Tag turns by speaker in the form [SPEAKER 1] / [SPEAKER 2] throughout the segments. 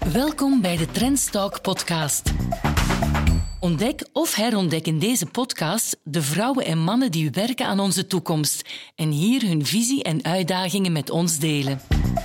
[SPEAKER 1] Welkom bij de Trends Talk podcast. Ontdek of herontdek in deze podcast de vrouwen en mannen die werken aan onze toekomst en hier hun visie en uitdagingen met ons delen.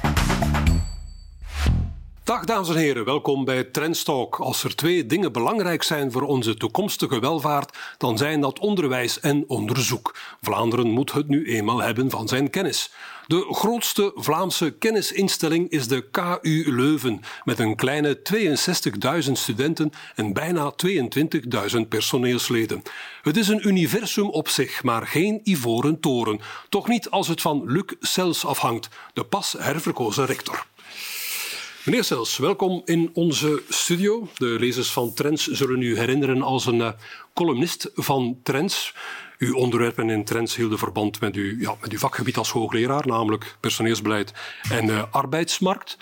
[SPEAKER 2] Dag dames en heren, welkom bij Trends Talk. Als er 2 dingen belangrijk zijn voor onze toekomstige welvaart, dan zijn dat onderwijs en onderzoek. Vlaanderen moet het nu eenmaal hebben van zijn kennis. De grootste Vlaamse kennisinstelling is de KU Leuven, met een kleine 62.000 studenten en bijna 22.000 personeelsleden. Het is een universum op zich, maar geen ivoren toren. Toch niet als het van Luc Sels afhangt, de pas herverkozen rector. Meneer Sels, welkom in onze studio. De lezers van Trends zullen u herinneren als een columnist van Trends. Uw onderwerpen in Trends hielden verband met uw vakgebied als hoogleraar, namelijk personeelsbeleid en arbeidsmarkt.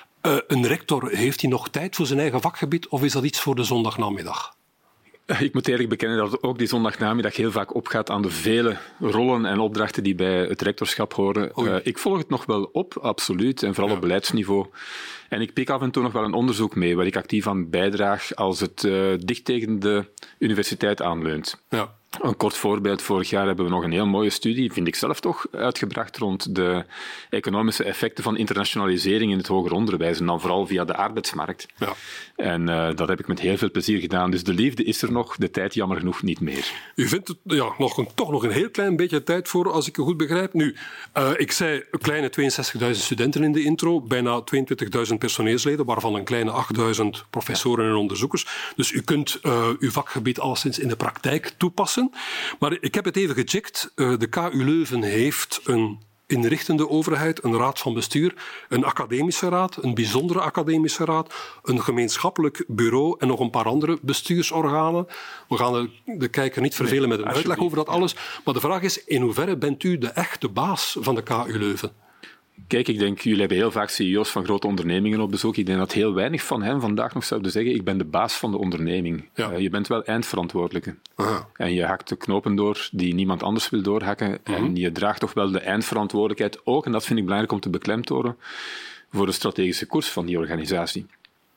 [SPEAKER 2] Een rector, heeft hij nog tijd voor zijn eigen vakgebied of is dat iets voor de zondagnamiddag?
[SPEAKER 3] Ik moet eerlijk bekennen dat ook die zondagnamiddag heel vaak opgaat aan de vele rollen en opdrachten die bij het rectorschap horen. Ik volg het nog wel op, absoluut, en vooral op beleidsniveau. En ik pik af en toe nog wel een onderzoek mee waar ik actief aan bijdraag als het dicht tegen de universiteit aanleunt. Ja. Een kort voorbeeld, vorig jaar hebben we nog een heel mooie studie, vind ik zelf toch, uitgebracht rond de economische effecten van internationalisering in het hoger onderwijs en dan vooral via de arbeidsmarkt. Ja. En dat heb ik met heel veel plezier gedaan. Dus de liefde is er nog, de tijd jammer genoeg niet meer.
[SPEAKER 2] U vindt het toch nog een heel klein beetje tijd voor, als ik het goed begrijp. Nu, ik zei een kleine 62.000 studenten in de intro, bijna 22.000 personeelsleden, waarvan een kleine 8.000 professoren en onderzoekers. Dus u kunt uw vakgebied alleszins in de praktijk toepassen. Maar ik heb het even gecheckt. De KU Leuven heeft een inrichtende overheid, een raad van bestuur, een academische raad, een bijzondere academische raad, een gemeenschappelijk bureau en nog een paar andere bestuursorganen. We gaan de kijker niet vervelen met een uitleg over dat alles. Maar de vraag is, in hoeverre bent u de echte baas van de KU Leuven?
[SPEAKER 3] Kijk, ik denk, jullie hebben heel vaak CEO's van grote ondernemingen op bezoek. Ik denk dat heel weinig van hen vandaag nog zouden zeggen, ik ben de baas van de onderneming. Ja. Je bent wel eindverantwoordelijke. Aha. En je hakt de knopen door die niemand anders wil doorhakken. En je draagt toch wel de eindverantwoordelijkheid ook, en dat vind ik belangrijk om te beklemtonen, voor de strategische koers van die organisatie.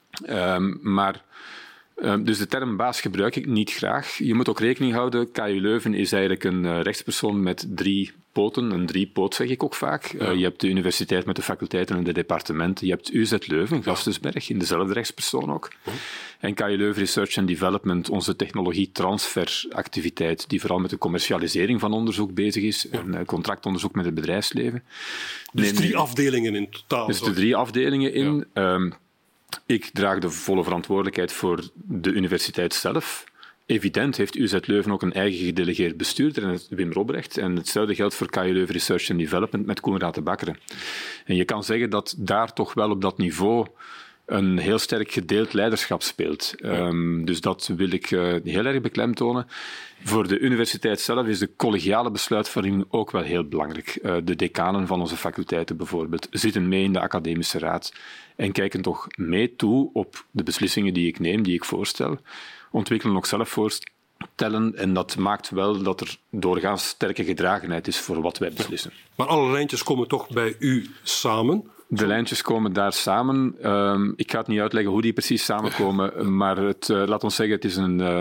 [SPEAKER 3] Dus de term baas gebruik ik niet graag. Je moet ook rekening houden, KU Leuven is eigenlijk een rechtspersoon met 3 poten, een 3-poot zeg ik ook vaak. Ja. Je hebt de universiteit met de faculteiten en de departementen. Je hebt UZ Leuven, Gasthuisberg, in dezelfde rechtspersoon ook. Ja. En KU Leuven Research and Development, onze technologietransferactiviteit, die vooral met de commercialisering van onderzoek bezig is, en contractonderzoek met het bedrijfsleven.
[SPEAKER 2] Dus 3 afdelingen in totaal.
[SPEAKER 3] Dus de 3 afdelingen in. Ja. Ik draag de volle verantwoordelijkheid voor de universiteit zelf. Evident heeft UZ Leuven ook een eigen gedelegeerd bestuurder, en Wim Robrecht. En hetzelfde geldt voor KU Leuven Research and Development met Koenraad de Bakkeren. En je kan zeggen dat daar toch wel op dat niveau een heel sterk gedeeld leiderschap speelt. Dus dat wil ik heel erg beklemtonen. Voor de universiteit zelf is de collegiale besluitvorming ook wel heel belangrijk. De decanen van onze faculteiten bijvoorbeeld zitten mee in de academische raad en kijken toch mee toe op de beslissingen die ik neem, die ik voorstel. Ontwikkelen ook zelf voorstellen, en dat maakt wel dat er doorgaans sterke gedragenheid is voor wat wij beslissen.
[SPEAKER 2] Maar alle lijntjes komen toch bij u samen?
[SPEAKER 3] De lijntjes komen daar samen. Ik ga het niet uitleggen hoe die precies samenkomen, maar laat ons zeggen, het is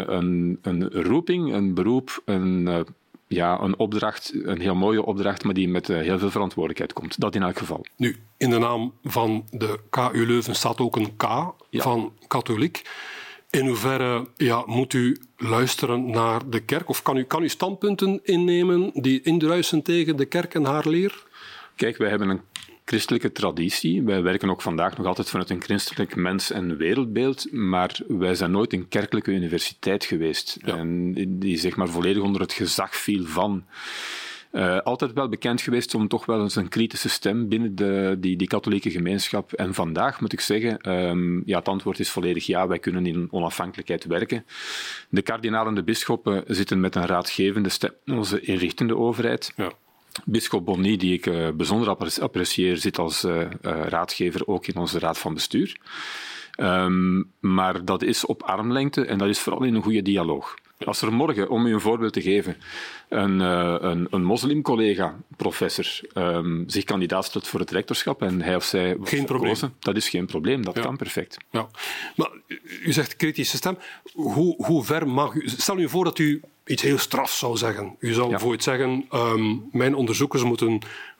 [SPEAKER 3] een roeping, een beroep, een opdracht, een heel mooie opdracht, maar die met heel veel verantwoordelijkheid komt. Dat in elk geval.
[SPEAKER 2] Nu, in de naam van de KU Leuven staat ook een K van katholiek. In hoeverre moet u luisteren naar de kerk? Of kan u standpunten innemen die indruisen tegen de kerk en haar leer?
[SPEAKER 3] Kijk, wij hebben een christelijke traditie. Wij werken ook vandaag nog altijd vanuit een christelijk mens- en wereldbeeld, maar wij zijn nooit een kerkelijke universiteit geweest. Ja. En die zeg maar volledig onder het gezag viel van. Altijd wel bekend geweest om toch wel eens een kritische stem binnen die katholieke gemeenschap. En vandaag moet ik zeggen, het antwoord is volledig ja, wij kunnen in onafhankelijkheid werken. De kardinalen en de bisschoppen zitten met een raadgevende stem in onze inrichtende overheid. Ja. Bisschop Bonny, die ik bijzonder apprecieer, zit als raadgever ook in onze raad van bestuur. Maar dat is op armlengte en dat is vooral in een goede dialoog. Als er morgen, om u een voorbeeld te geven, een moslimcollega, professor, zich kandidaat stelt voor het rectorschap en hij of zij wordt verkozen, dat is geen probleem, dat kan perfect.
[SPEAKER 2] Ja. Maar u zegt kritische stem. Hoe ver mag u... Stel u voor dat u iets heel strafs zou zeggen. U zou bijvoorbeeld zeggen, mijn onderzoekers moeten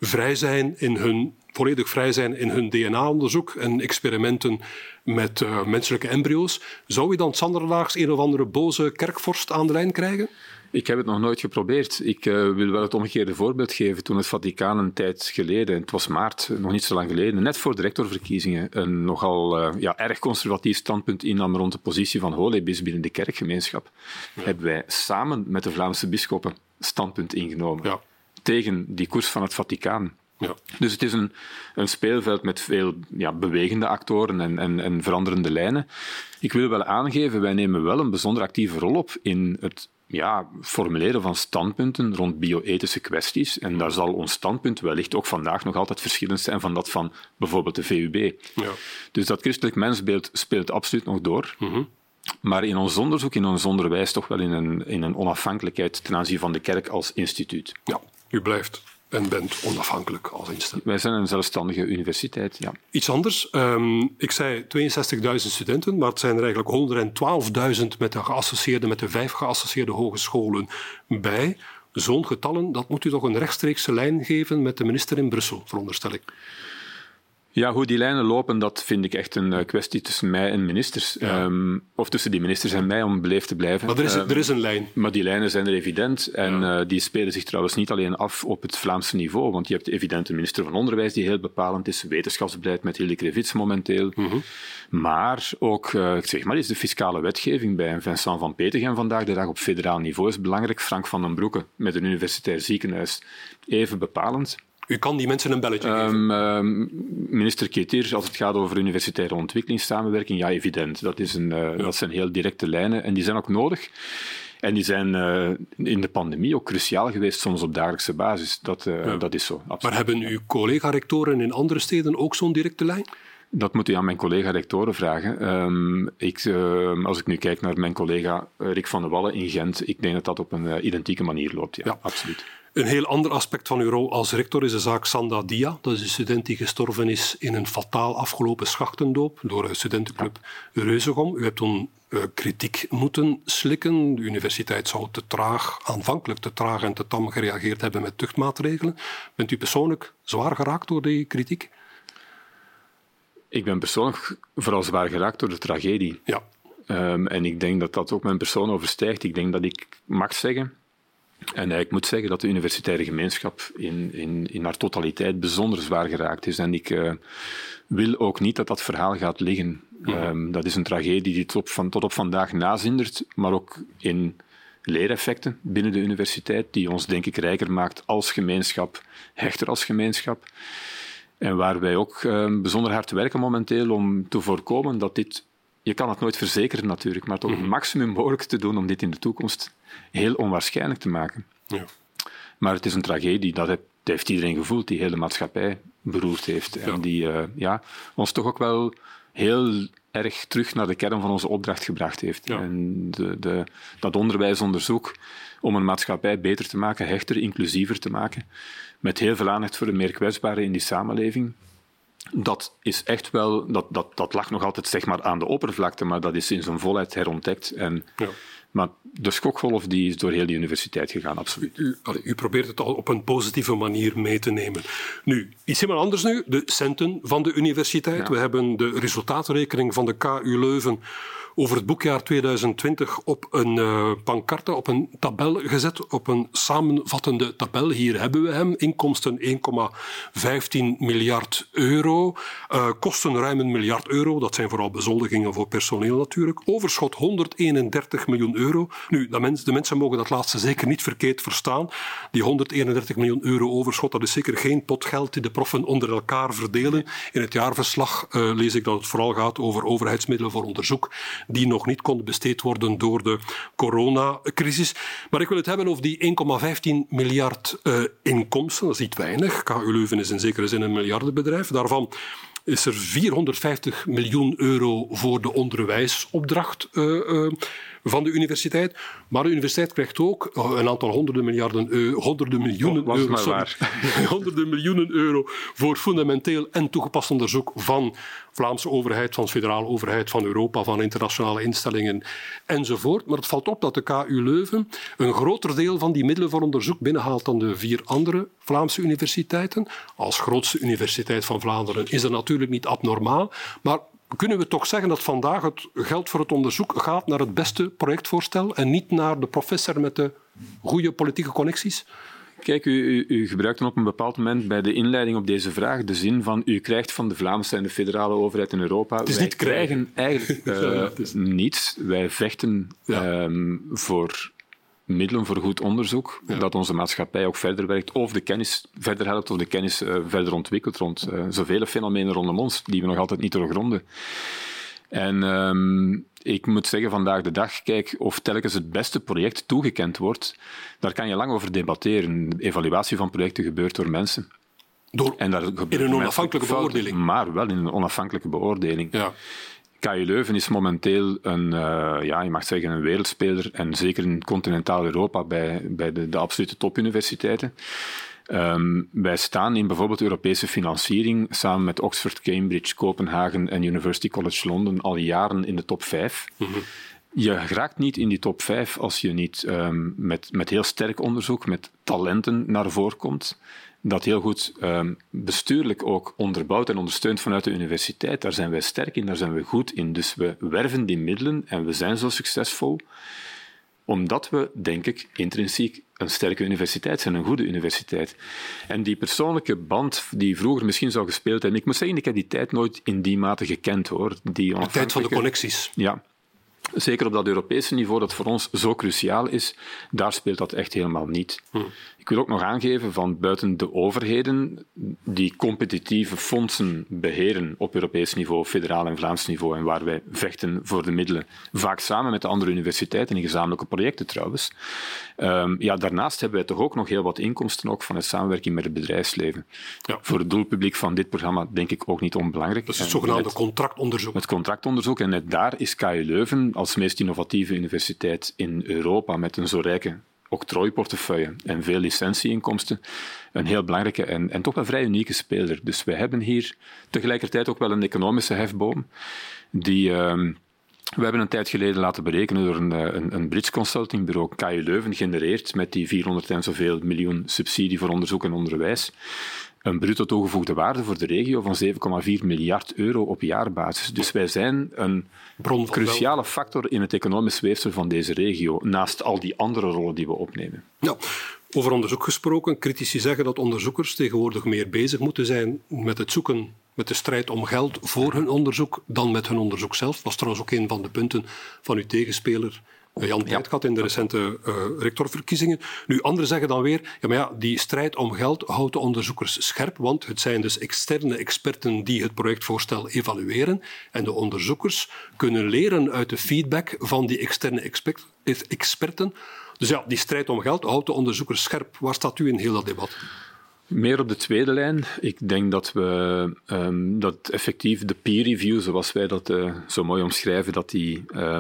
[SPEAKER 2] volledig vrij zijn in hun DNA-onderzoek en experimenten met menselijke embryo's. Zou u dan sanderlaags een of andere boze kerkvorst aan de lijn krijgen?
[SPEAKER 3] Ik heb het nog nooit geprobeerd. Ik wil wel het omgekeerde voorbeeld geven. Toen het Vaticaan een tijd geleden, het was maart, nog niet zo lang geleden, net voor de rectorverkiezingen, een nogal erg conservatief standpunt innam rond de positie van holebis binnen de kerkgemeenschap, hebben wij samen met de Vlaamse bisschoppen standpunt ingenomen tegen die koers van het Vaticaan. Ja. Dus het is een speelveld met veel bewegende actoren en veranderende lijnen. Ik wil wel aangeven, wij nemen wel een bijzonder actieve rol op in het formuleren van standpunten rond bio-ethische kwesties. En daar zal ons standpunt wellicht ook vandaag nog altijd verschillend zijn van dat van bijvoorbeeld de VUB. Ja. Dus dat christelijk mensbeeld speelt absoluut nog door. Mm-hmm. Maar in ons onderzoek, in ons onderwijs, toch wel in een onafhankelijkheid ten aanzien van de kerk als instituut.
[SPEAKER 2] Ja, u blijft en bent onafhankelijk als instituut.
[SPEAKER 3] Wij zijn een zelfstandige universiteit, ja.
[SPEAKER 2] Iets anders. Ik zei 62.000 studenten, maar het zijn er eigenlijk 112.000 met de 5 geassocieerde hogescholen bij. Zo'n getallen, dat moet u toch een rechtstreekse lijn geven met de minister in Brussel, veronderstel ik.
[SPEAKER 3] Ja, hoe die lijnen lopen, dat vind ik echt een kwestie tussen mij en ministers. Ja. Of tussen die ministers en mij, om beleefd te blijven.
[SPEAKER 2] Maar er is een lijn.
[SPEAKER 3] Maar die lijnen zijn er evident. En die spelen zich trouwens niet alleen af op het Vlaamse niveau. Want je hebt evident de minister van Onderwijs, die heel bepalend is. Wetenschapsbeleid met Hilde Krevits momenteel. Mm-hmm. Maar ook, ik zeg maar eens, de fiscale wetgeving bij Vincent van Petegem vandaag de dag op federaal niveau is belangrijk. Frank van den Broeke met een universitair ziekenhuis even bepalend.
[SPEAKER 2] U kan die mensen een belletje geven.
[SPEAKER 3] Minister Ketir, als het gaat over universitaire ontwikkelingssamenwerking, ja, evident. Dat zijn heel directe lijnen en die zijn ook nodig. En die zijn in de pandemie ook cruciaal geweest, soms op dagelijkse basis. Dat is zo, absoluut.
[SPEAKER 2] Maar hebben uw collega-rectoren in andere steden ook zo'n directe lijn?
[SPEAKER 3] Dat moet u aan mijn collega-rectoren vragen. Als ik nu kijk naar mijn collega Rick van de Wallen in Gent, ik denk dat dat op een identieke manier loopt. Ja, absoluut.
[SPEAKER 2] Een heel ander aspect van uw rol als rector is de zaak Sanda Dia. Dat is een student die gestorven is in een fataal afgelopen schachtendoop door een studentenclub Reuzegom. U hebt toen kritiek moeten slikken. De universiteit zou aanvankelijk te traag en te tam gereageerd hebben met tuchtmaatregelen. Bent u persoonlijk zwaar geraakt door die kritiek?
[SPEAKER 3] Ik ben persoonlijk vooral zwaar geraakt door de tragedie. Ja. En ik denk dat dat ook mijn persoon overstijgt. Ik denk dat ik mag zeggen, en ik moet zeggen dat de universitaire gemeenschap in haar totaliteit bijzonder zwaar geraakt is. En ik wil ook niet dat dat verhaal gaat liggen. Dat is een tragedie die tot op vandaag nazindert, maar ook in leereffecten binnen de universiteit, die ons denk ik rijker maakt als gemeenschap, hechter als gemeenschap. En waar wij ook bijzonder hard werken momenteel om te voorkomen dat dit... Je kan het nooit verzekeren natuurlijk, maar toch het maximum mogelijk te doen om dit in de toekomst heel onwaarschijnlijk te maken. Ja. Maar het is een tragedie, dat heeft iedereen gevoeld, die hele maatschappij beroerd heeft. Ja. En die ons toch ook wel heel erg terug naar de kern van onze opdracht gebracht heeft. Ja. En dat onderwijsonderzoek om een maatschappij beter te maken, hechter, inclusiever te maken, met heel veel aandacht voor de meer kwetsbaren in die samenleving. Dat is echt wel... Dat lag nog altijd zeg maar aan de oppervlakte, maar dat is in zijn volheid herontdekt. Maar de schokgolf die is door heel die universiteit gegaan, absoluut.
[SPEAKER 2] U probeert het al op een positieve manier mee te nemen. Nu, iets helemaal anders nu. De centen van de universiteit. Ja. We hebben de resultaatrekening van de KU Leuven over het boekjaar 2020 op een pancarte, op een tabel gezet, op een samenvattende tabel. Hier hebben we hem. Inkomsten 1,15 miljard euro. Kosten ruim €1 miljard. Dat zijn vooral bezoldigingen voor personeel natuurlijk. Overschot 131 miljoen euro. Nu, de mensen mogen dat laatste zeker niet verkeerd verstaan. Die 131 miljoen euro overschot, dat is zeker geen potgeld die de proffen onder elkaar verdelen. In het jaarverslag lees ik dat het vooral gaat over overheidsmiddelen voor onderzoek die nog niet konden besteed worden door de coronacrisis. Maar ik wil het hebben over die 1,15 miljard inkomsten. Dat is niet weinig. KU Leuven is in zekere zin een miljardenbedrijf. Daarvan is er 450 miljoen euro voor de onderwijsopdracht van de universiteit. Maar de universiteit krijgt ook een aantal honderden miljoenen euro voor fundamenteel en toegepast onderzoek van Vlaamse overheid, van federale overheid, van Europa, van internationale instellingen enzovoort. Maar het valt op dat de KU Leuven een groter deel van die middelen voor onderzoek binnenhaalt dan de 4 andere Vlaamse universiteiten. Als grootste universiteit van Vlaanderen is dat natuurlijk niet abnormaal, maar kunnen we toch zeggen dat vandaag het geld voor het onderzoek gaat naar het beste projectvoorstel en niet naar de professor met de goede politieke connecties?
[SPEAKER 3] Kijk, u gebruikt dan op een bepaald moment bij de inleiding op deze vraag de zin van u krijgt van de Vlaamse en de federale overheid in Europa.
[SPEAKER 2] Het is niet
[SPEAKER 3] krijgen eigenlijk niets. Wij vechten voor middelen voor goed onderzoek, dat onze maatschappij ook verder werkt, of de kennis verder helpt, of de kennis verder ontwikkelt rond zoveel fenomenen rondom ons, die we nog altijd niet doorgronden. En ik moet zeggen, vandaag de dag, kijk, of telkens het beste project toegekend wordt, daar kan je lang over debatteren. De evaluatie van projecten gebeurt door mensen.
[SPEAKER 2] In een onafhankelijke beoordeling.
[SPEAKER 3] Maar wel in een onafhankelijke beoordeling.
[SPEAKER 2] Ja.
[SPEAKER 3] KU Leuven is momenteel je mag zeggen een wereldspeler en zeker in continentaal Europa bij de absolute topuniversiteiten. Wij staan in bijvoorbeeld Europese financiering samen met Oxford, Cambridge, Kopenhagen en University College London al jaren in de top 5. Mm-hmm. Je raakt niet in die top 5 als je niet met heel sterk onderzoek, met talenten naar voren komt. Dat heel goed bestuurlijk ook onderbouwd en ondersteund vanuit de universiteit. Daar zijn wij sterk in, daar zijn we goed in. Dus we werven die middelen en we zijn zo succesvol omdat we, denk ik, intrinsiek een sterke universiteit zijn, een goede universiteit. En die persoonlijke band die vroeger misschien zou gespeeld hebben, ik moet zeggen, ik heb die tijd nooit in die mate gekend, hoor.
[SPEAKER 2] De tijd van de connecties.
[SPEAKER 3] Ja. Zeker op dat Europese niveau, dat voor ons zo cruciaal is, daar speelt dat echt helemaal niet. Ik wil ook nog aangeven, van buiten de overheden die competitieve fondsen beheren op Europees niveau, federaal en Vlaams niveau, en waar wij vechten voor de middelen, vaak samen met de andere universiteiten in gezamenlijke projecten trouwens. Daarnaast hebben wij toch ook nog heel wat inkomsten ook van de samenwerking met het bedrijfsleven. Ja. Voor het doelpubliek van dit programma denk ik ook niet onbelangrijk.
[SPEAKER 2] Dat is het zogenaamde contractonderzoek.
[SPEAKER 3] Het contractonderzoek, en net daar is KU Leuven als meest innovatieve universiteit in Europa met een zo rijke octrooiportefeuille en veel licentieinkomsten een heel belangrijke en toch wel vrij unieke speler. Dus wij hebben hier tegelijkertijd ook wel een economische hefboom die we hebben een tijd geleden laten berekenen door een Brits consultingbureau. KU Leuven genereert met die 400 en zoveel miljoen subsidie voor onderzoek en onderwijs een bruto toegevoegde waarde voor de regio van 7,4 miljard euro op jaarbasis. Dus wij zijn een cruciale factor in het economisch weefsel van deze regio, naast al die andere rollen die we opnemen.
[SPEAKER 2] Ja, over onderzoek gesproken, critici zeggen dat onderzoekers tegenwoordig meer bezig moeten zijn met het zoeken, met de strijd om geld voor hun onderzoek, dan met hun onderzoek zelf. Dat was trouwens ook een van de punten van uw tegenspeler Jan Bijtgat in de recente rectorverkiezingen. Nu, anderen zeggen dan weer, die strijd om geld houdt de onderzoekers scherp, want het zijn dus externe experten die het projectvoorstel evalueren en de onderzoekers kunnen leren uit de feedback van die externe experten. Dus ja, die strijd om geld houdt de onderzoekers scherp. Waar staat u in heel dat debat?
[SPEAKER 3] Meer op de tweede lijn. Ik denk dat we dat effectief de peer review, zoals wij dat zo mooi omschrijven, dat die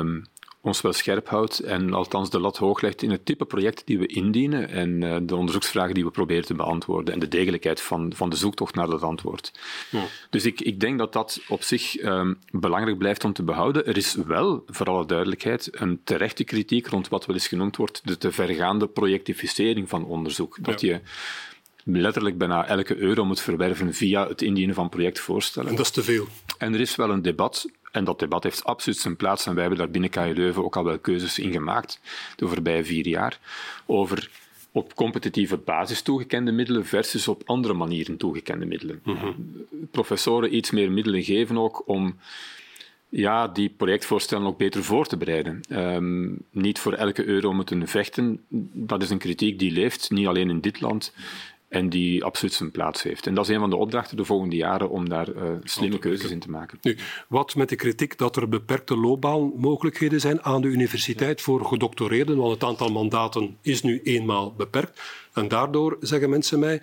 [SPEAKER 3] ons wel scherp houdt en althans de lat hoog legt in het type project die we indienen en de onderzoeksvragen die we proberen te beantwoorden en de degelijkheid van de zoektocht naar dat antwoord. Ja. Dus ik denk dat dat op zich belangrijk blijft om te behouden. Er is wel, voor alle duidelijkheid, een terechte kritiek rond wat wel eens genoemd wordt de te vergaande projectificering van onderzoek. Dat je letterlijk bijna elke euro moet verwerven via het indienen van projectvoorstellen.
[SPEAKER 2] En dat is te veel.
[SPEAKER 3] En er is wel een debat, en dat debat heeft absoluut zijn plaats, en wij hebben daar binnen KU Leuven ook al wel keuzes in gemaakt de voorbije 4 jaar, over op competitieve basis toegekende middelen versus op andere manieren toegekende middelen. Professoren iets meer middelen geven ook om die projectvoorstellen ook beter voor te bereiden. Niet voor elke euro moeten vechten. Dat is een kritiek die leeft, niet alleen in dit land, en die absoluut zijn plaats heeft. En dat is een van de opdrachten de volgende jaren om daar slimme keuzes in te maken.
[SPEAKER 2] Nu, wat met de kritiek dat er beperkte loopbaanmogelijkheden zijn aan de universiteit voor gedoctoreerden, want het aantal mandaten is nu eenmaal beperkt. En daardoor, zeggen mensen mij,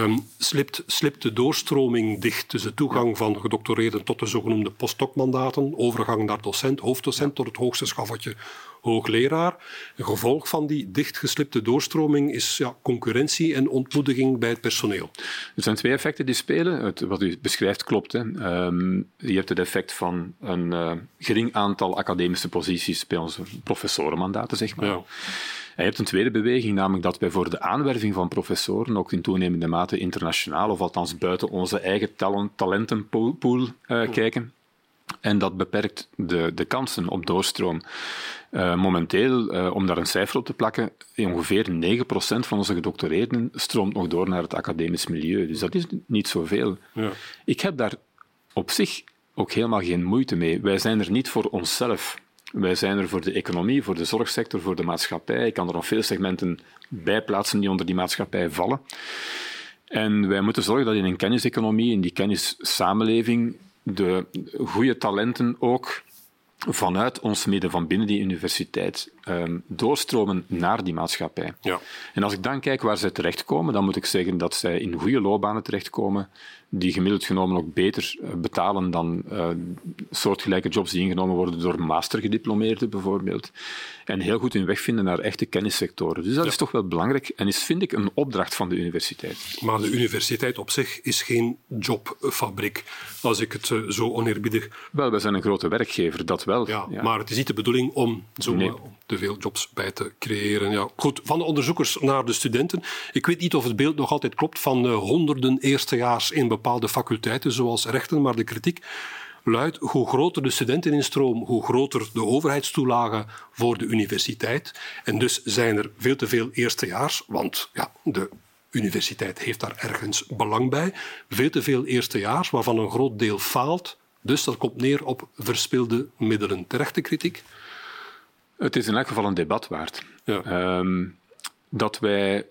[SPEAKER 2] slipt de doorstroming dicht. Dus de toegang van gedoctoreerden tot de zogenoemde postdoc-mandaten, overgang naar docent, hoofddocent, tot het hoogste schavotje hoogleraar. Een gevolg van die dichtgeslipte doorstroming is concurrentie en ontmoediging bij het personeel.
[SPEAKER 3] Er zijn twee effecten die spelen. Wat u beschrijft klopt. Hè. Je hebt het effect van een gering aantal academische posities bij onze professorenmandaten, zeg maar. Ja. En je hebt een tweede beweging, namelijk dat wij voor de aanwerving van professoren ook in toenemende mate internationaal, of althans buiten onze eigen talentenpool kijken. En dat beperkt de kansen op doorstroom. Momenteel, om daar een cijfer op te plakken, ongeveer 9% van onze gedoctoreerden stroomt nog door naar het academisch milieu. Dus dat is niet zoveel. Ja. Ik heb daar op zich ook helemaal geen moeite mee. Wij zijn er niet voor onszelf. Wij zijn er voor de economie, voor de zorgsector, voor de maatschappij. Ik kan er nog veel segmenten bij plaatsen die onder die maatschappij vallen. En wij moeten zorgen dat in een kenniseconomie, in die kennissamenleving, de goede talenten ook vanuit ons midden, van binnen die universiteit, doorstromen naar die maatschappij. Ja. En als ik dan kijk waar zij terechtkomen, dan moet ik zeggen dat zij in goede loopbanen terechtkomen, die gemiddeld genomen ook beter betalen dan soortgelijke jobs die ingenomen worden door mastergediplomeerden bijvoorbeeld. En heel goed hun weg vinden naar echte kennissectoren. Dus dat is toch wel belangrijk en is, vind ik, een opdracht van de universiteit.
[SPEAKER 2] Maar de universiteit op zich is geen jobfabriek, als ik het zo oneerbiedig...
[SPEAKER 3] Wel, wij zijn een grote werkgever, dat wel.
[SPEAKER 2] Ja. Maar het is niet de bedoeling om te veel jobs bij te creëren. Ja. Goed, van de onderzoekers naar de studenten. Ik weet niet of het beeld nog altijd klopt van honderden eerstejaars in bepaalde faculteiten, zoals rechten, maar de kritiek luidt: hoe groter de studenteninstroom, hoe groter de overheidstoelage voor de universiteit. En dus zijn er veel te veel eerstejaars, want de universiteit heeft daar ergens belang bij. Veel te veel eerstejaars, waarvan een groot deel faalt. Dus dat komt neer op verspilde middelen. Terechte kritiek?
[SPEAKER 3] Het is in elk geval een debat waard. Ja. Dat wij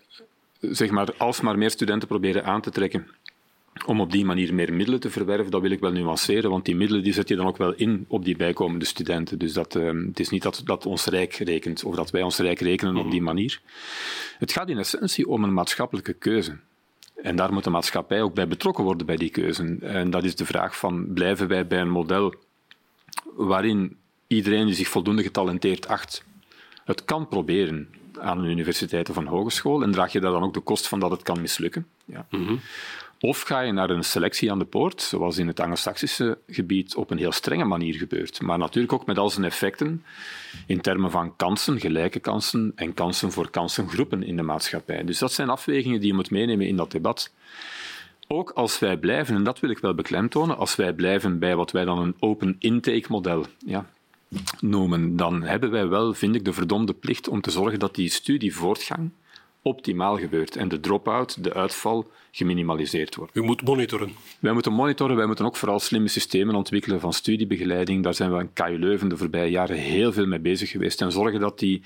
[SPEAKER 3] alsmaar meer studenten proberen aan te trekken om op die manier meer middelen te verwerven, dat wil ik wel nuanceren, want die middelen die zet je dan ook wel in op die bijkomende studenten. Dus het is niet dat ons Rijk rekent, of dat wij ons Rijk rekenen op die manier. Het gaat in essentie om een maatschappelijke keuze. En daar moet de maatschappij ook bij betrokken worden bij die keuze. En dat is de vraag van, blijven wij bij een model waarin iedereen die zich voldoende getalenteerd acht het kan proberen aan een universiteit of een hogeschool, en draag je daar dan ook de kost van dat het kan mislukken? Ja. Mm-hmm. Of ga je naar een selectie aan de poort, zoals in het Anglo-Saxische gebied op een heel strenge manier gebeurt, maar natuurlijk ook met al zijn effecten in termen van kansen, gelijke kansen en kansen voor kansengroepen in de maatschappij. Dus dat zijn afwegingen die je moet meenemen in dat debat. Ook als wij blijven, en dat wil ik wel beklemtonen, als wij blijven bij wat wij dan een open intake model noemen, dan hebben wij wel, vind ik, de verdomde plicht om te zorgen dat die studievoortgang optimaal gebeurt en de drop-out, de uitval, geminimaliseerd wordt.
[SPEAKER 2] U moet monitoren.
[SPEAKER 3] Wij moeten monitoren, wij moeten ook vooral slimme systemen ontwikkelen van studiebegeleiding. Daar zijn we in KU Leuven de voorbije jaren heel veel mee bezig geweest en zorgen dat de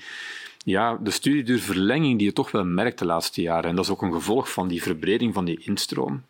[SPEAKER 3] studieduurverlenging die je toch wel merkt de laatste jaren, en dat is ook een gevolg van die verbreding van die instroom,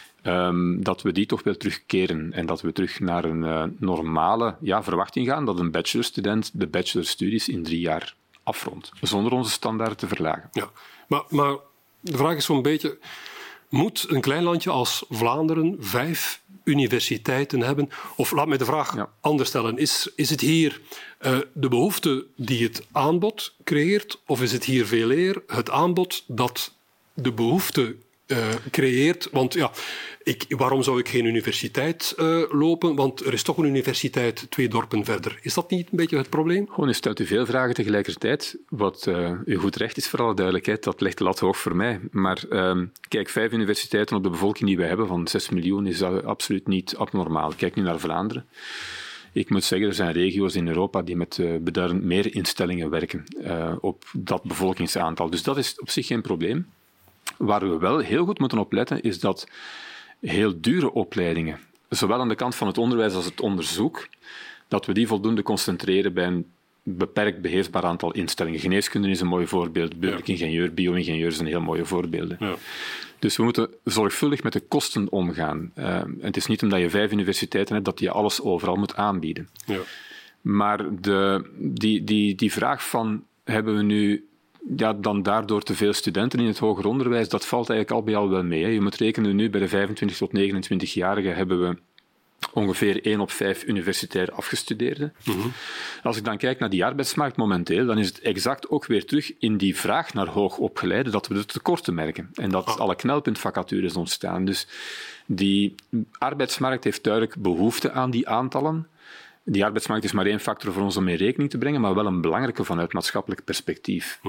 [SPEAKER 3] dat we die toch wel terugkeren en dat we terug naar een normale verwachting gaan dat een bachelorstudent de bachelorstudies in 3 jaar afrondt, zonder onze standaarden te verlagen.
[SPEAKER 2] Ja, maar de vraag is zo'n beetje, moet een klein landje als Vlaanderen 5 universiteiten hebben? Of laat mij de vraag anders stellen. Is het hier de behoefte die het aanbod creëert, of is het hier veel eer het aanbod dat de behoefte creëert? Want waarom zou ik geen universiteit lopen? Want er is toch een universiteit 2 dorpen verder. Is dat niet een beetje het probleem?
[SPEAKER 3] U stelt u veel vragen tegelijkertijd. Wat uw goed recht is, voor alle duidelijkheid. Dat legt de lat hoog voor mij. Maar kijk, 5 universiteiten op de bevolking die wij hebben, van 6 miljoen, is absoluut niet abnormaal. Kijk nu naar Vlaanderen. Ik moet zeggen, er zijn regio's in Europa die met beduidend meer instellingen werken op dat bevolkingsaantal. Dus dat is op zich geen probleem. Waar we wel heel goed moeten op letten, is dat heel dure opleidingen, zowel aan de kant van het onderwijs als het onderzoek, dat we die voldoende concentreren bij een beperkt beheersbaar aantal instellingen. Geneeskunde is een mooi voorbeeld, burgerlijk ingenieur, bio-ingenieur zijn heel mooie voorbeelden. Ja. Dus we moeten zorgvuldig met de kosten omgaan. Het is niet omdat je 5 universiteiten hebt dat je alles overal moet aanbieden. Ja. Maar die vraag van, hebben we nu dan daardoor te veel studenten in het hoger onderwijs, dat valt eigenlijk al bij al wel mee. Hè. Je moet rekenen, nu bij de 25 tot 29-jarigen hebben we ongeveer 1 op 5 universitair afgestudeerden. Mm-hmm. Als ik dan kijk naar die arbeidsmarkt momenteel, dan is het exact ook weer terug in die vraag naar hoogopgeleiden dat we de tekorten merken. En dat alle knelpuntvacatures ontstaan. Dus die arbeidsmarkt heeft duidelijk behoefte aan die aantallen. Die arbeidsmarkt is maar 1 factor voor ons om in rekening te brengen, maar wel een belangrijke vanuit maatschappelijk perspectief.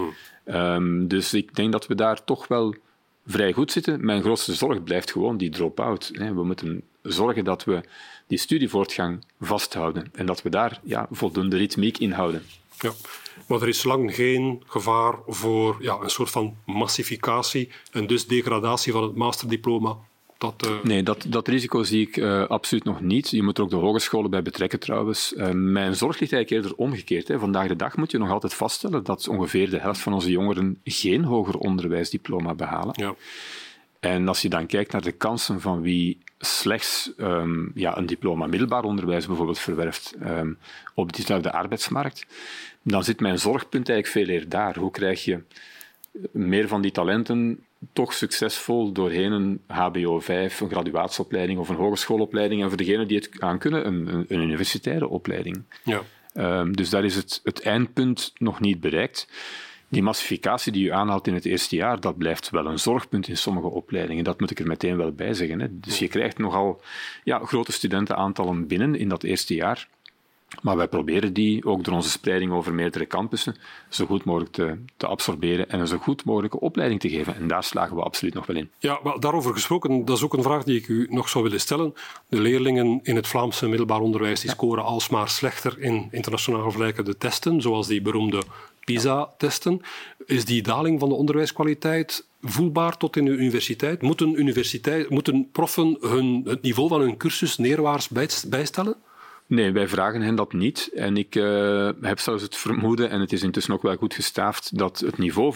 [SPEAKER 3] Dus ik denk dat we daar toch wel vrij goed zitten. Mijn grootste zorg blijft gewoon die drop-out. We moeten zorgen dat we die studievoortgang vasthouden en dat we daar voldoende ritmiek in houden.
[SPEAKER 2] Ja, maar er is lang geen gevaar voor een soort van massificatie en dus degradatie van het masterdiploma.
[SPEAKER 3] Nee, dat risico zie ik absoluut nog niet. Je moet er ook de hogescholen bij betrekken trouwens. Mijn zorg ligt eigenlijk eerder omgekeerd. Hè. Vandaag de dag moet je nog altijd vaststellen dat ongeveer de helft van onze jongeren geen hoger onderwijsdiploma behalen. Ja. En als je dan kijkt naar de kansen van wie slechts een diploma middelbaar onderwijs bijvoorbeeld verwerft op diezelfde arbeidsmarkt, dan zit mijn zorgpunt eigenlijk veel eerder daar. Hoe krijg je meer van die talenten toch succesvol doorheen een HBO 5, een graduatieopleiding of een hogeschoolopleiding en voor degenen die het aankunnen, een universitaire opleiding. Ja. Dus daar is het eindpunt nog niet bereikt. Die massificatie die u aanhaalt in het eerste jaar, dat blijft wel een zorgpunt in sommige opleidingen. Dat moet ik er meteen wel bij zeggen. Hè. Dus je krijgt nogal grote studentenaantallen binnen in dat eerste jaar. Maar wij proberen die, ook door onze spreiding over meerdere campussen, zo goed mogelijk te absorberen en een zo goed mogelijke opleiding te geven. En daar slagen we absoluut nog wel in.
[SPEAKER 2] Ja, maar daarover gesproken, dat is ook een vraag die ik u nog zou willen stellen. De leerlingen in het Vlaamse middelbaar onderwijs die scoren alsmaar slechter in internationaal vergelijkende testen, zoals die beroemde PISA-testen. Is die daling van de onderwijskwaliteit voelbaar tot in de universiteit? Moeten proffen het niveau van hun cursus neerwaarts bijstellen?
[SPEAKER 3] Nee, wij vragen hen dat niet. En ik heb zelfs het vermoeden, en het is intussen ook wel goed gestaafd, dat het niveau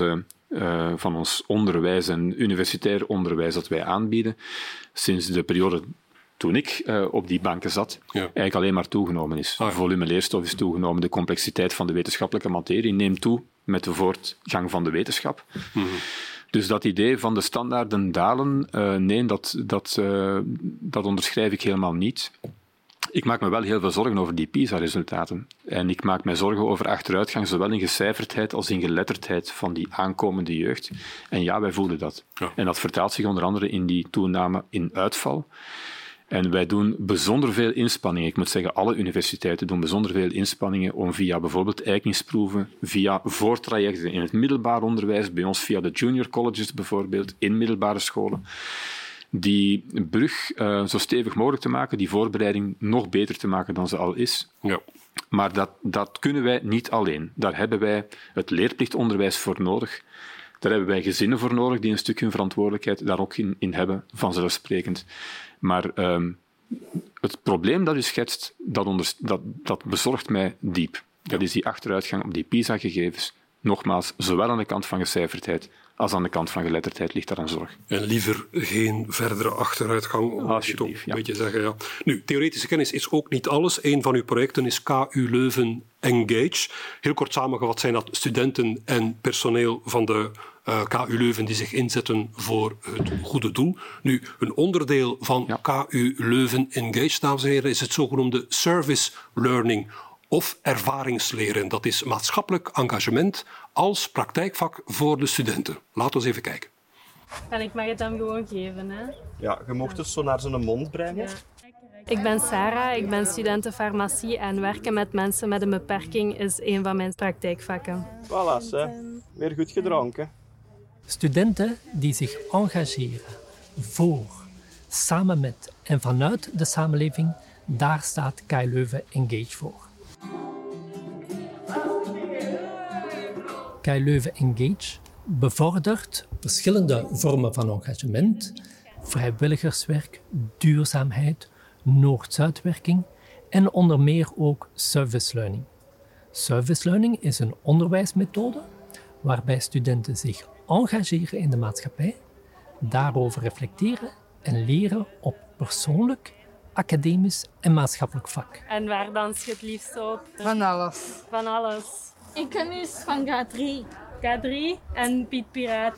[SPEAKER 3] van ons onderwijs en universitair onderwijs dat wij aanbieden, sinds de periode toen ik op die banken zat, eigenlijk alleen maar toegenomen is. Het volume leerstof is toegenomen, de complexiteit van de wetenschappelijke materie neemt toe met de voortgang van de wetenschap. Mm-hmm. Dus dat idee van de standaarden dalen, nee, dat onderschrijf ik helemaal niet. Ik maak me wel heel veel zorgen over die PISA-resultaten. En ik maak mij zorgen over achteruitgang, zowel in gecijferdheid als in geletterdheid van die aankomende jeugd. En ja, wij voelen dat. Ja. En dat vertaalt zich onder andere in die toename in uitval. En wij doen bijzonder veel inspanningen. Ik moet zeggen, alle universiteiten doen bijzonder veel inspanningen om via bijvoorbeeld eikingsproeven, via voortrajecten in het middelbaar onderwijs, bij ons via de junior colleges bijvoorbeeld, in middelbare scholen, die brug zo stevig mogelijk te maken, die voorbereiding nog beter te maken dan ze al is. Ja. Maar dat kunnen wij niet alleen. Daar hebben wij het leerplichtonderwijs voor nodig. Daar hebben wij gezinnen voor nodig die een stuk hun verantwoordelijkheid daar ook in hebben, vanzelfsprekend. Maar het probleem dat u schetst, dat bezorgt mij diep. Dat is die achteruitgang op die PISA-gegevens. Nogmaals, zowel aan de kant van gecijferdheid als aan de kant van geletterdheid ligt daar een zorg.
[SPEAKER 2] En liever geen verdere achteruitgang, om het toch een beetje zeggen. Ja. Nu, theoretische kennis is ook niet alles. Een van uw projecten is KU Leuven Engage. Heel kort samengevat zijn dat studenten en personeel van de KU Leuven die zich inzetten voor het goede doel. Nu, een onderdeel van KU Leuven Engage, dames en heren, is het zogenoemde service learning of ervaringsleren. Dat is maatschappelijk engagement als praktijkvak voor de studenten. Laten we eens even kijken.
[SPEAKER 4] En ik mag het hem gewoon geven, hè?
[SPEAKER 5] Ja, je mocht het zo naar zijn mond brengen. Ja.
[SPEAKER 4] Ik ben Sarah, ik ben studenten farmacie en werken met mensen met een beperking is een van mijn praktijkvakken.
[SPEAKER 5] Voilà, weer goed gedronken.
[SPEAKER 6] Studenten die zich engageren voor, samen met en vanuit de samenleving, daar staat KU Leuven Engage voor. KU Leuven Engage bevordert verschillende vormen van engagement, vrijwilligerswerk, duurzaamheid, Noord-Zuidwerking en onder meer ook service learning. Service learning is een onderwijsmethode waarbij studenten zich engageren in de maatschappij, daarover reflecteren en leren op persoonlijk, academisch en maatschappelijk vlak.
[SPEAKER 4] En waar dans je het liefst op?
[SPEAKER 7] Van alles.
[SPEAKER 4] Van alles.
[SPEAKER 8] Ik ken eens van K3.
[SPEAKER 4] K3 en Piet Piraat.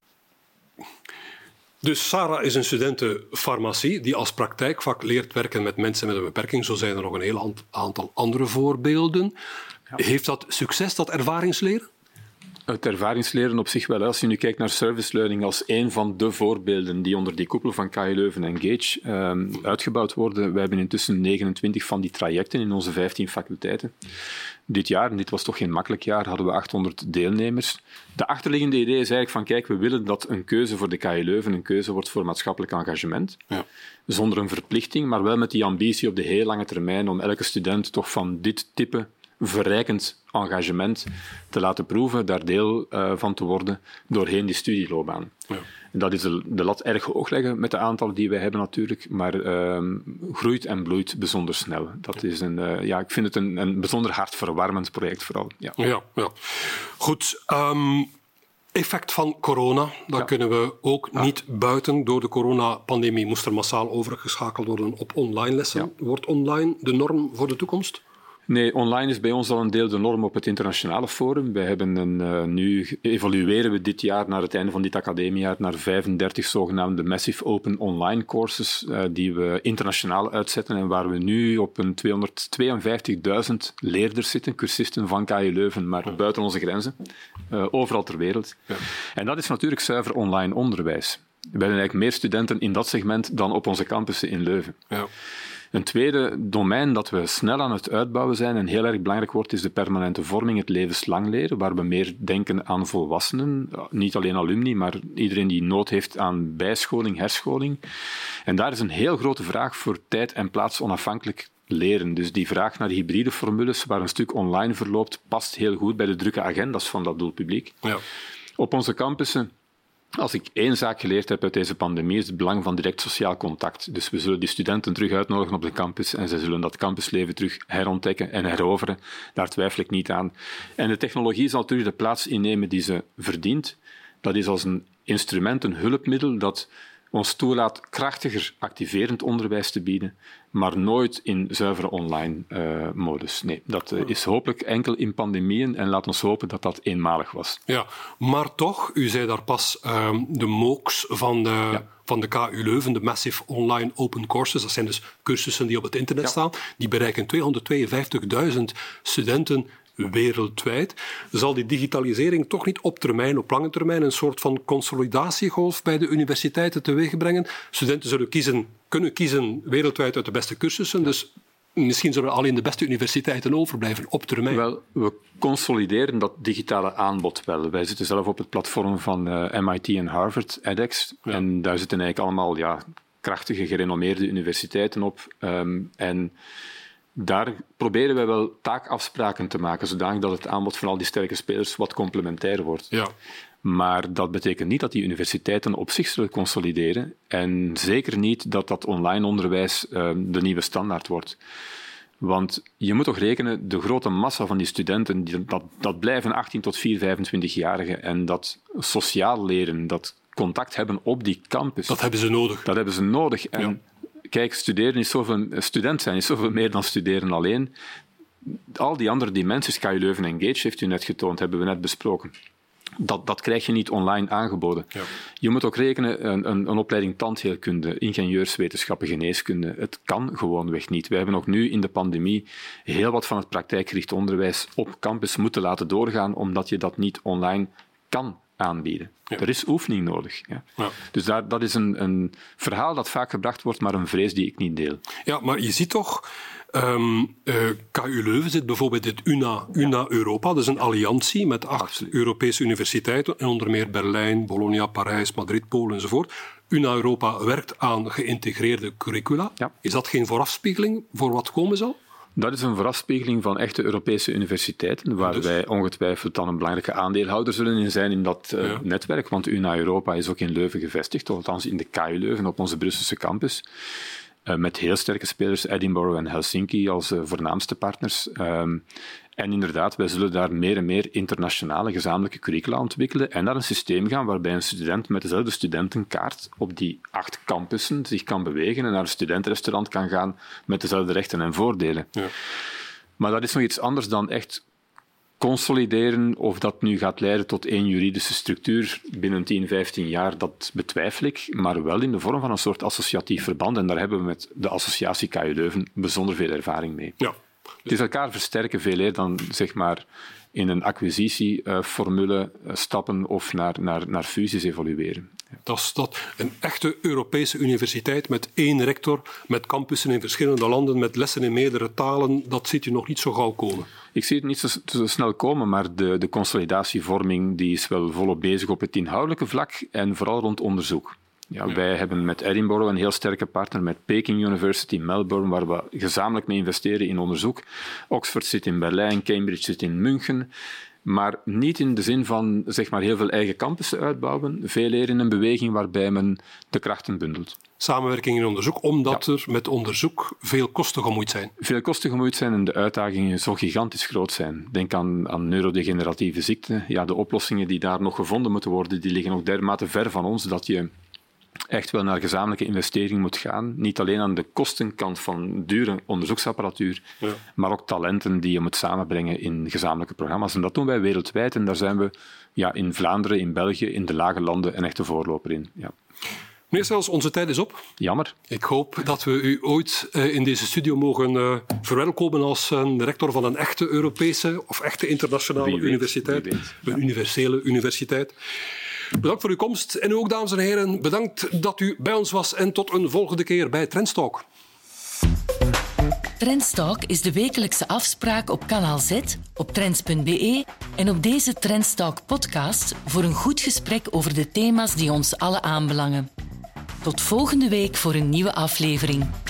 [SPEAKER 2] Dus Sarah is een studente farmacie die als praktijkvak leert werken met mensen met een beperking. Zo zijn er nog een heel aantal andere voorbeelden. Ja. Heeft dat succes, dat ervaringsleren?
[SPEAKER 3] Het ervaringsleren op zich wel. Als je nu kijkt naar service learning als een van de voorbeelden die onder die koepel van KU Leuven en Gage uitgebouwd worden. Wij hebben intussen 29 van die trajecten in onze 15 faculteiten. Dit jaar, en dit was toch geen makkelijk jaar, hadden we 800 deelnemers. De achterliggende idee is eigenlijk van, kijk, we willen dat een keuze voor de KU Leuven een keuze wordt voor maatschappelijk engagement. Ja. Zonder een verplichting, maar wel met die ambitie op de heel lange termijn om elke student toch van dit type verrijkend engagement te laten proeven, daar deel van te worden doorheen die studieloopbaan. Ja. En dat is de lat erg hoog leggen met de aantallen die wij hebben natuurlijk, maar groeit en bloeit bijzonder snel. Dat is ik vind het een bijzonder hartverwarmend project vooral. Ja.
[SPEAKER 2] Ja. Goed. Effect van corona, dat kunnen we ook niet buiten. Door de coronapandemie moest er massaal overgeschakeld worden op online lessen. Ja. Wordt online de norm voor de toekomst?
[SPEAKER 3] Nee, online is bij ons al een deel de norm op het internationale forum. Wij hebben nu evalueren we dit jaar, naar het einde van dit academiejaar, naar 35 zogenaamde Massive Open Online courses die we internationaal uitzetten en waar we nu op een 252.000 leerders zitten, cursisten van KU Leuven, maar buiten onze grenzen, overal ter wereld. Ja. En dat is natuurlijk zuiver online onderwijs. We hebben eigenlijk meer studenten in dat segment dan op onze campussen in Leuven. Ja. Een tweede domein dat we snel aan het uitbouwen zijn en heel erg belangrijk wordt, is de permanente vorming, het levenslang leren, waar we meer denken aan volwassenen, niet alleen alumni, maar iedereen die nood heeft aan bijscholing, herscholing. En daar is een heel grote vraag voor tijd en plaats onafhankelijk leren. Dus die vraag naar hybride formules, waar een stuk online verloopt, past heel goed bij de drukke agendas van dat doelpubliek. Ja. Op onze campussen, als ik één zaak geleerd heb uit deze pandemie, is het belang van direct sociaal contact. Dus we zullen die studenten terug uitnodigen op de campus en zij zullen dat campusleven terug herontdekken en heroveren. Daar twijfel ik niet aan. En de technologie zal terug de plaats innemen die ze verdient. Dat is als een instrument, een hulpmiddel dat ons toelaat krachtiger activerend onderwijs te bieden, maar nooit in zuivere online modus. Nee, dat is hopelijk enkel in pandemieën en laat ons hopen dat dat eenmalig was.
[SPEAKER 2] Ja, maar toch, u zei daar pas de MOOCs van de KU Leuven, de Massive Online Open Courses, dat zijn dus cursussen die op het internet staan, die bereiken 252.000 studenten wereldwijd. Zal die digitalisering toch niet op lange termijn een soort van consolidatiegolf bij de universiteiten teweeg brengen? Studenten zullen kunnen kiezen wereldwijd uit de beste cursussen, dus misschien zullen alleen de beste universiteiten overblijven op termijn.
[SPEAKER 3] Wel, we consolideren dat digitale aanbod wel. Wij zitten zelf op het platform van MIT en Harvard, edX, en daar zitten eigenlijk allemaal krachtige, gerenommeerde universiteiten op. En daar proberen wij wel taakafspraken te maken, zodanig dat het aanbod van al die sterke spelers wat complementair wordt. Ja. Maar dat betekent niet dat die universiteiten op zich zullen consolideren en zeker niet dat dat online onderwijs de nieuwe standaard wordt. Want je moet toch rekenen, de grote massa van die studenten, dat blijven 18 tot 25-jarigen en dat sociaal leren, dat contact hebben op die campus.
[SPEAKER 2] Dat hebben ze nodig.
[SPEAKER 3] En kijk, student zijn is zoveel meer dan studeren alleen. Al die andere dimensies, KU Leuven en Gage heeft u net getoond, hebben we net besproken. Dat krijg je niet online aangeboden. Ja. Je moet ook rekenen, een opleiding tandheelkunde, ingenieurswetenschappen, geneeskunde, het kan gewoonweg niet. We hebben ook nu in de pandemie heel wat van het praktijkgericht onderwijs op campus moeten laten doorgaan, omdat je dat niet online kan aanbieden. Ja. Er is oefening nodig. Ja. Ja. Dus dat is een verhaal dat vaak gebracht wordt, maar een vrees die ik niet deel.
[SPEAKER 2] Ja, maar je ziet toch, KU Leuven zit bijvoorbeeld in UNA Europa, dat is een alliantie met 8 Europese universiteiten, en onder meer Berlijn, Bologna, Parijs, Madrid, Polen enzovoort. UNA Europa werkt aan geïntegreerde curricula. Ja. Is dat geen voorafspiegeling voor wat komen zal?
[SPEAKER 3] Dat is een voorafspiegeling van echte Europese universiteiten, waar wij ongetwijfeld dan een belangrijke aandeelhouder zullen in zijn in dat netwerk. Want UNA Europa is ook in Leuven gevestigd, althans in de KU Leuven, op onze Brusselse campus. Met heel sterke spelers, Edinburgh en Helsinki als voornaamste partners. En inderdaad, wij zullen daar meer en meer internationale gezamenlijke curricula ontwikkelen en naar een systeem gaan waarbij een student met dezelfde studentenkaart op die 8 campussen zich kan bewegen en naar een studentenrestaurant kan gaan met dezelfde rechten en voordelen. Ja. Maar dat is nog iets anders dan echt consolideren. Of dat nu gaat leiden tot één juridische structuur binnen 10, 15 jaar, dat betwijfel ik. Maar wel in de vorm van een soort associatief verband. En daar hebben we met de associatie KU Leuven bijzonder veel ervaring mee.
[SPEAKER 2] Ja.
[SPEAKER 3] Het is elkaar versterken veel eer dan zeg maar in een acquisitieformule stappen of naar fusies evolueren.
[SPEAKER 2] Dat is een echte Europese universiteit met 1 rector, met campussen in verschillende landen, met lessen in meerdere talen. Dat ziet u nog niet zo gauw komen.
[SPEAKER 3] Ik zie het niet zo snel komen, maar de consolidatievorming die is wel volop bezig op het inhoudelijke vlak en vooral rond onderzoek. Ja, wij hebben met Edinburgh een heel sterke partner, met Peking University, Melbourne, waar we gezamenlijk mee investeren in onderzoek. Oxford zit in Berlijn, Cambridge zit in München. Maar niet in de zin van zeg maar, heel veel eigen campussen uitbouwen, veel eer in een beweging waarbij men de krachten bundelt.
[SPEAKER 2] Samenwerking in onderzoek, omdat er met onderzoek veel kosten gemoeid zijn.
[SPEAKER 3] Veel kosten gemoeid zijn en de uitdagingen zo gigantisch groot zijn. Denk aan neurodegeneratieve ziekten. Ja, de oplossingen die daar nog gevonden moeten worden, die liggen ook dermate ver van ons dat je echt wel naar gezamenlijke investering moet gaan. Niet alleen aan de kostenkant van dure onderzoeksapparatuur, maar ook talenten die je moet samenbrengen in gezamenlijke programma's. En dat doen wij wereldwijd en daar zijn we in Vlaanderen, in België, in de lage landen een echte voorloper in. Ja.
[SPEAKER 2] Meneer Sels, onze tijd is op.
[SPEAKER 3] Jammer.
[SPEAKER 2] Ik hoop dat we u ooit in deze studio mogen verwelkomen als een rector van een echte Europese of echte internationale universiteit. Een universele universiteit. Bedankt voor uw komst. En u ook, dames en heren, bedankt dat u bij ons was. En tot een volgende keer bij Trendstalk.
[SPEAKER 1] Trendstalk is de wekelijkse afspraak op kanaal Z, op trends.be en op deze Trendstalk podcast voor een goed gesprek over de thema's die ons allen aanbelangen. Tot volgende week voor een nieuwe aflevering.